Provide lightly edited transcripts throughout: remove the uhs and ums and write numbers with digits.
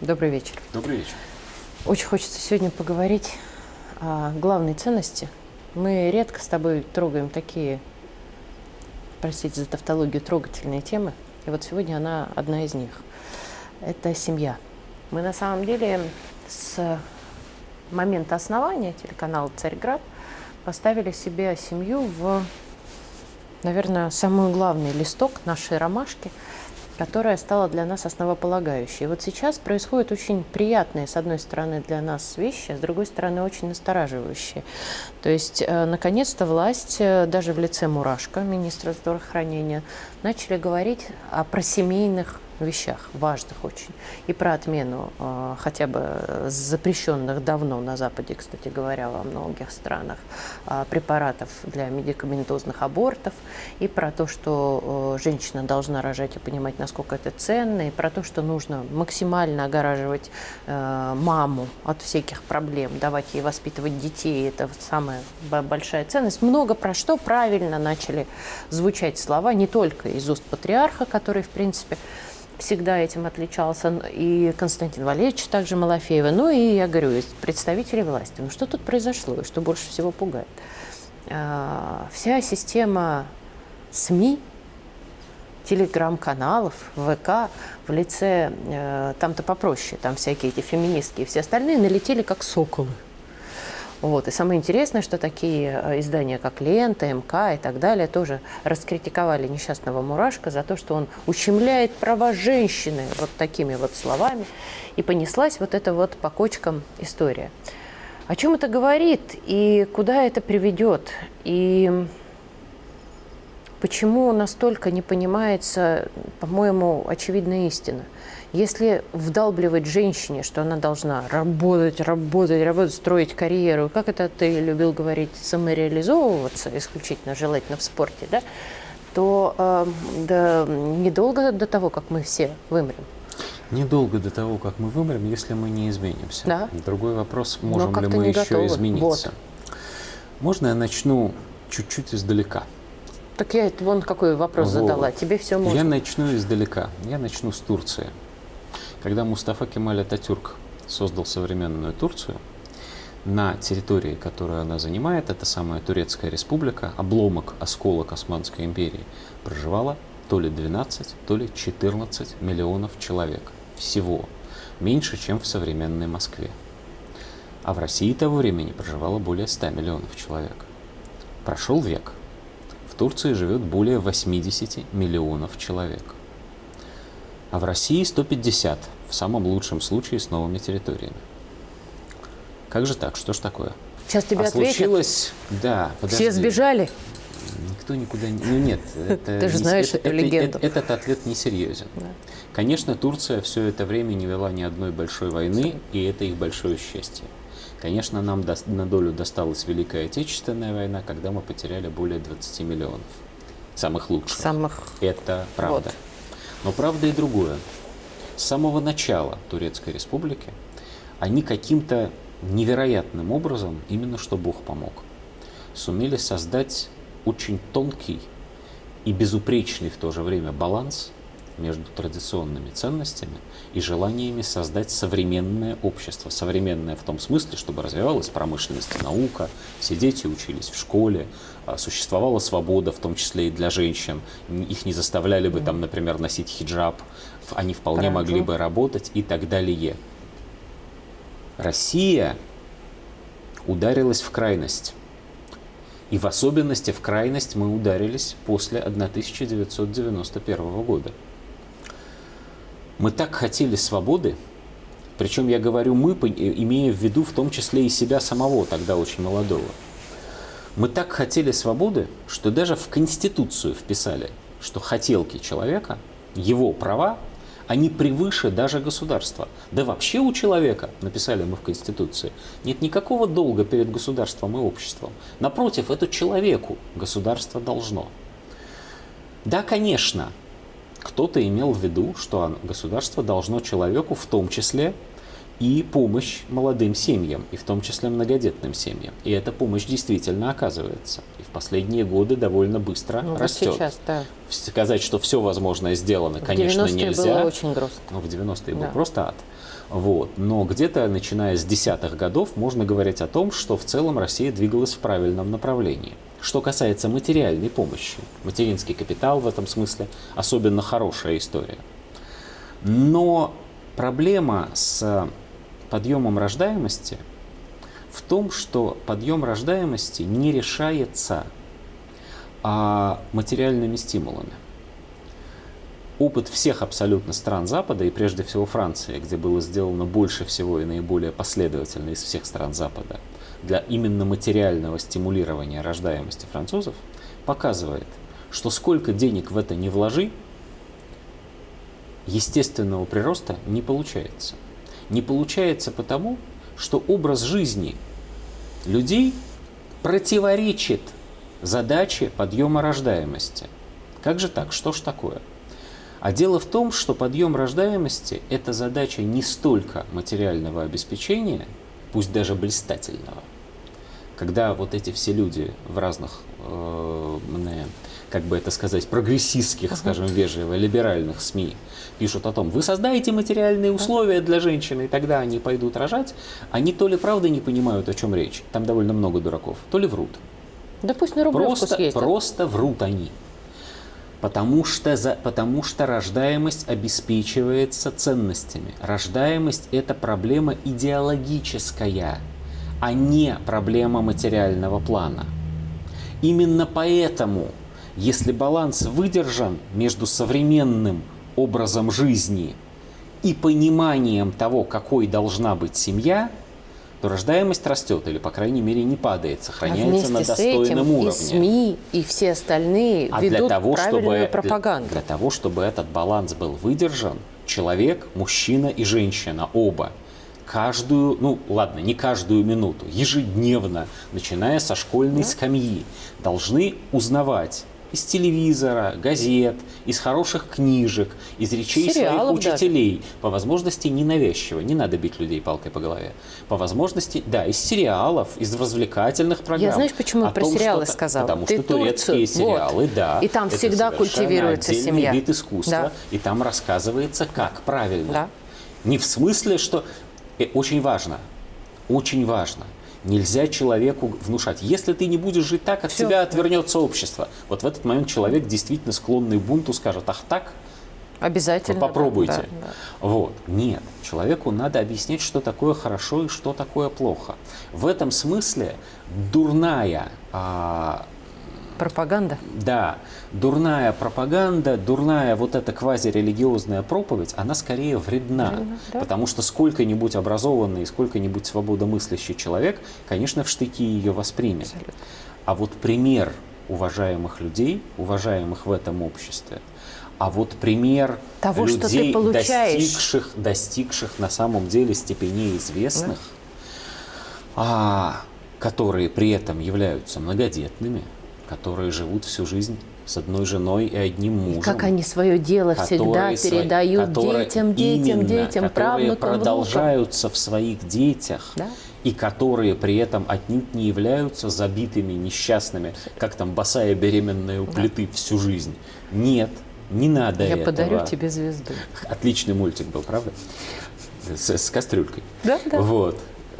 Добрый вечер. Добрый вечер. Очень хочется сегодня поговорить о главной ценности. Мы редко с тобой трогаем такие, простите за тавтологию, трогательные темы. И вот сегодня она одна из них. Это семья. Мы на самом деле с момента основания телеканала «Царьград» поставили себе семью в, наверное, самый главный листок нашей ромашки, которая стала для нас основополагающей. И вот сейчас происходят очень приятные, с одной стороны, для нас вещи, а с другой стороны, очень настораживающие. То есть, наконец-то власть, даже в лице Мурашко, министра здравоохранения, начали говорить о просемейных вещах, важных очень, и про отмену хотя бы запрещенных давно на Западе, кстати говоря, во многих странах препаратов для медикаментозных абортов, и про то, что женщина должна рожать и понимать, насколько это ценно, и про то, что нужно максимально огораживать маму от всяких проблем, давать ей воспитывать детей, это самая большая ценность. Много про что правильно начали звучать слова, не только из уст патриарха, который, в принципе, всегда этим отличался, и Константин Валерьевич также Малафеева, ну и, я говорю, из представителей власти. Ну что тут произошло, и что больше всего пугает? Вся система СМИ, телеграм-каналов, ВК в лице, там-то попроще, там всякие эти феминистки и все остальные налетели как соколы. Вот. И самое интересное, что такие издания, как «Лента», МК и так далее, тоже раскритиковали несчастного Мурашко за то, что он ущемляет права женщины вот такими вот словами. И понеслась вот эта вот по кочкам история. О чем это говорит и куда это приведет? И почему настолько не понимается, по-моему, очевидная истина? Если вдалбливать женщине, что она должна работать, строить карьеру, как это ты любил говорить, самореализовываться, исключительно желательно в спорте, да, то да, недолго до того, как мы все вымрем. Недолго до того, как мы вымрем, если мы не изменимся. Да. Другой вопрос, можем ли мы еще измениться. Вот. Можно я начну чуть-чуть издалека? Так я вон какой вопрос задала, тебе все можно. Я начну издалека, я начну с Турции. Когда Мустафа Кемаль Ататюрк создал современную Турцию, на территории, которую она занимает, это самая Турецкая республика, обломок, осколок Османской империи, проживало то ли 12, то ли 14 миллионов человек. Всего. Меньше, чем в современной Москве. А в России того времени проживало более 100 миллионов человек. Прошел век. В Турции живет более 80 миллионов человек. А в России 150, в самом лучшем случае, с новыми территориями. Как же так? Что ж такое? Сейчас тебе ответят. Случилось, да, подожди. Все сбежали? Никто никуда не... Ну нет, ты же знаешь эту легенду. Этот ответ несерьезен. Да. Конечно, Турция все это время не вела ни одной большой войны, и это их большое счастье. Конечно, нам на долю досталась Великая Отечественная война, когда мы потеряли более 20 миллионов. Самых лучших. Это правда. Вот. Но правда и другое. С самого начала Турецкой Республики они каким-то невероятным образом, именно что Бог помог, сумели создать очень тонкий и безупречный в то же время баланс между традиционными ценностями и желаниями создать современное общество. Современное в том смысле, чтобы развивалась промышленность и наука, все дети учились в школе, существовала свобода, в том числе и для женщин. Их не заставляли бы, там, например, носить хиджаб, они вполне могли бы работать и так далее. Россия ударилась в крайность. И в особенности в крайность мы ударились после 1991 года. Мы так хотели свободы, причем я говорю «мы», имея в виду в том числе и себя самого, тогда очень молодого. Мы так хотели свободы, что даже в Конституцию вписали, что хотелки человека, его права, они превыше даже государства. Да вообще у человека, написали мы в Конституции, нет никакого долга перед государством и обществом. Напротив, это человеку государство должно. Да, конечно, кто-то имел в виду, что государство должно человеку в том числе и помощь молодым семьям, и в том числе многодетным семьям. И эта помощь действительно оказывается. И в последние годы довольно быстро растет. Сейчас, да. Сказать, что все возможное сделано, конечно, нельзя. В 90-е было очень грустно. Но в 90-е был просто ад. Вот. Но где-то, начиная с десятых годов, можно говорить о том, что в целом Россия двигалась в правильном направлении. Что касается материальной помощи, материнский капитал в этом смысле особенно хорошая история. Но проблема с подъемом рождаемости в том, что подъем рождаемости не решается материальными стимулами. Опыт всех абсолютно стран Запада, и прежде всего Франции, где было сделано больше всего и наиболее последовательно из всех стран Запада для именно материального стимулирования рождаемости французов, показывает, что сколько денег в это не вложи, естественного прироста не получается. Не получается потому, что образ жизни людей противоречит задаче подъема рождаемости. Как же так? Что ж такое? А дело в том, что подъем рождаемости – это задача не столько материального обеспечения, пусть даже блистательного. Когда вот эти все люди в разных, как бы это сказать, прогрессистских, скажем, вежливо, либеральных СМИ пишут о том, вы создаете материальные условия для женщин, и тогда они пойдут рожать, они то ли правда не понимают, о чем речь, там довольно много дураков, то ли врут. Да пусть на Рублевку съездят. Просто врут они. Потому что рождаемость обеспечивается ценностями. Рождаемость – это проблема идеологическая, а не проблема материального плана. Именно поэтому, если баланс выдержан между современным образом жизни и пониманием того, какой должна быть семья, то рождаемость растет, или, по крайней мере, не падает, сохраняется на достойном уровне. И СМИ, и все остальные ведут правильную пропаганду. Для того, чтобы этот баланс был выдержан, человек, мужчина и женщина, оба, каждую, ну ладно, не каждую минуту, ежедневно, начиная со школьной скамьи, должны узнавать из телевизора, газет, из хороших книжек, из речей сериалов своих учителей, по возможности ненавязчиво, не надо бить людей палкой по голове, по возможности, да, из сериалов, из развлекательных программ. Я знаешь, почему про сериалы сказала? Потому что турецкие сериалы, да. И там всегда культивируется семья. Вид искусства, и там рассказывается, как правильно. Да. Не в смысле, что... Очень важно, нельзя человеку внушать. Если ты не будешь жить так, от тебя отвернется общество. Вот в этот момент человек, действительно склонный к бунту, скажет, ах так? Обязательно. Попробуйте. Да. Вот. Нет, человеку надо объяснять, что такое хорошо и что такое плохо. В этом смысле дурная... пропаганда? Да, дурная пропаганда, дурная вот эта квазирелигиозная проповедь, она скорее вредна. Да. Потому что сколько-нибудь образованный, сколько-нибудь свободомыслящий человек, конечно, в штыки ее воспримет. Абсолютно. А вот пример уважаемых людей, уважаемых в этом обществе, а вот пример того, людей, что ты достигших на самом деле степеней известных, которые при этом являются многодетными, которые живут всю жизнь с одной женой и одним мужем. И как они свое дело всегда передают детям, которые продолжаются в своих детях, да? И которые при этом отнюдь не являются забитыми, несчастными, как там босая беременная у плиты всю жизнь. Нет, не надо этого. Я подарю тебе звезду. Отличный мультик был, правда? С кастрюлькой. Да. Вот.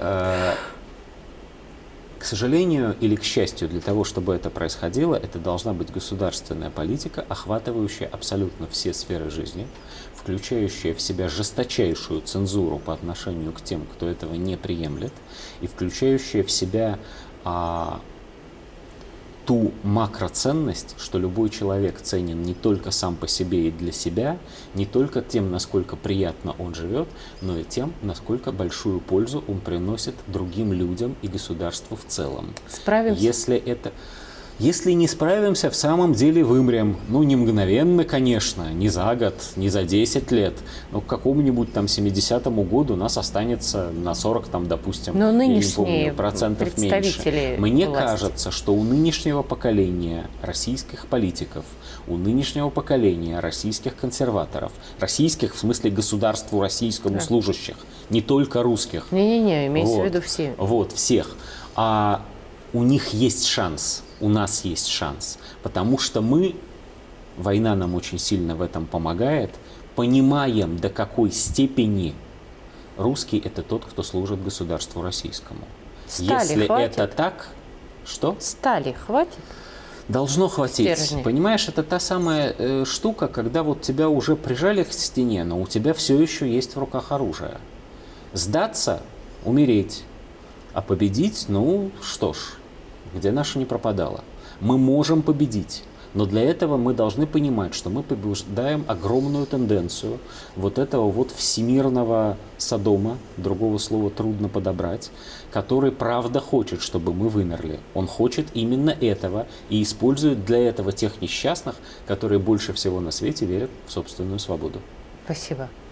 К сожалению или к счастью, для того, чтобы это происходило, это должна быть государственная политика, охватывающая абсолютно все сферы жизни, включающая в себя жесточайшую цензуру по отношению к тем, кто этого не приемлет, и включающая в себя ту макроценность, что любой человек ценен не только сам по себе и для себя, не только тем, насколько приятно он живет, но и тем, насколько большую пользу он приносит другим людям и государству в целом. Справимся? Если не справимся, в самом деле вымрем. Ну, не мгновенно, конечно, не за год, не за 10 лет, но к какому-нибудь там 70-му году нас останется на 40, там, допустим, но я не помню, процентов меньше. Мне кажется, что у нынешнего поколения российских политиков, у нынешнего поколения российских консерваторов, российских в смысле государству российскому служащих, не только русских. Не-не-не, имеется в виду все. Вот, всех. А у них есть шанс. У нас есть шанс, потому что война нам очень сильно в этом помогает, понимаем, до какой степени Русский – это тот, кто служит государству российскому. Стали Если хватит? это так, что? Стали хватит? Должно хватить. Стержни. Понимаешь, это та самая штука, когда вот тебя уже прижали к стене, но у тебя все еще есть в руках оружие. Сдаться, умереть, а победить, ну что ж, где наша не пропадала. Мы можем победить, но для этого мы должны понимать, что мы побеждаем огромную тенденцию вот этого вот всемирного Содома, другого слова трудно подобрать, который правда хочет, чтобы мы вымерли. Он хочет именно этого и использует для этого тех несчастных, которые больше всего на свете верят в собственную свободу. Спасибо.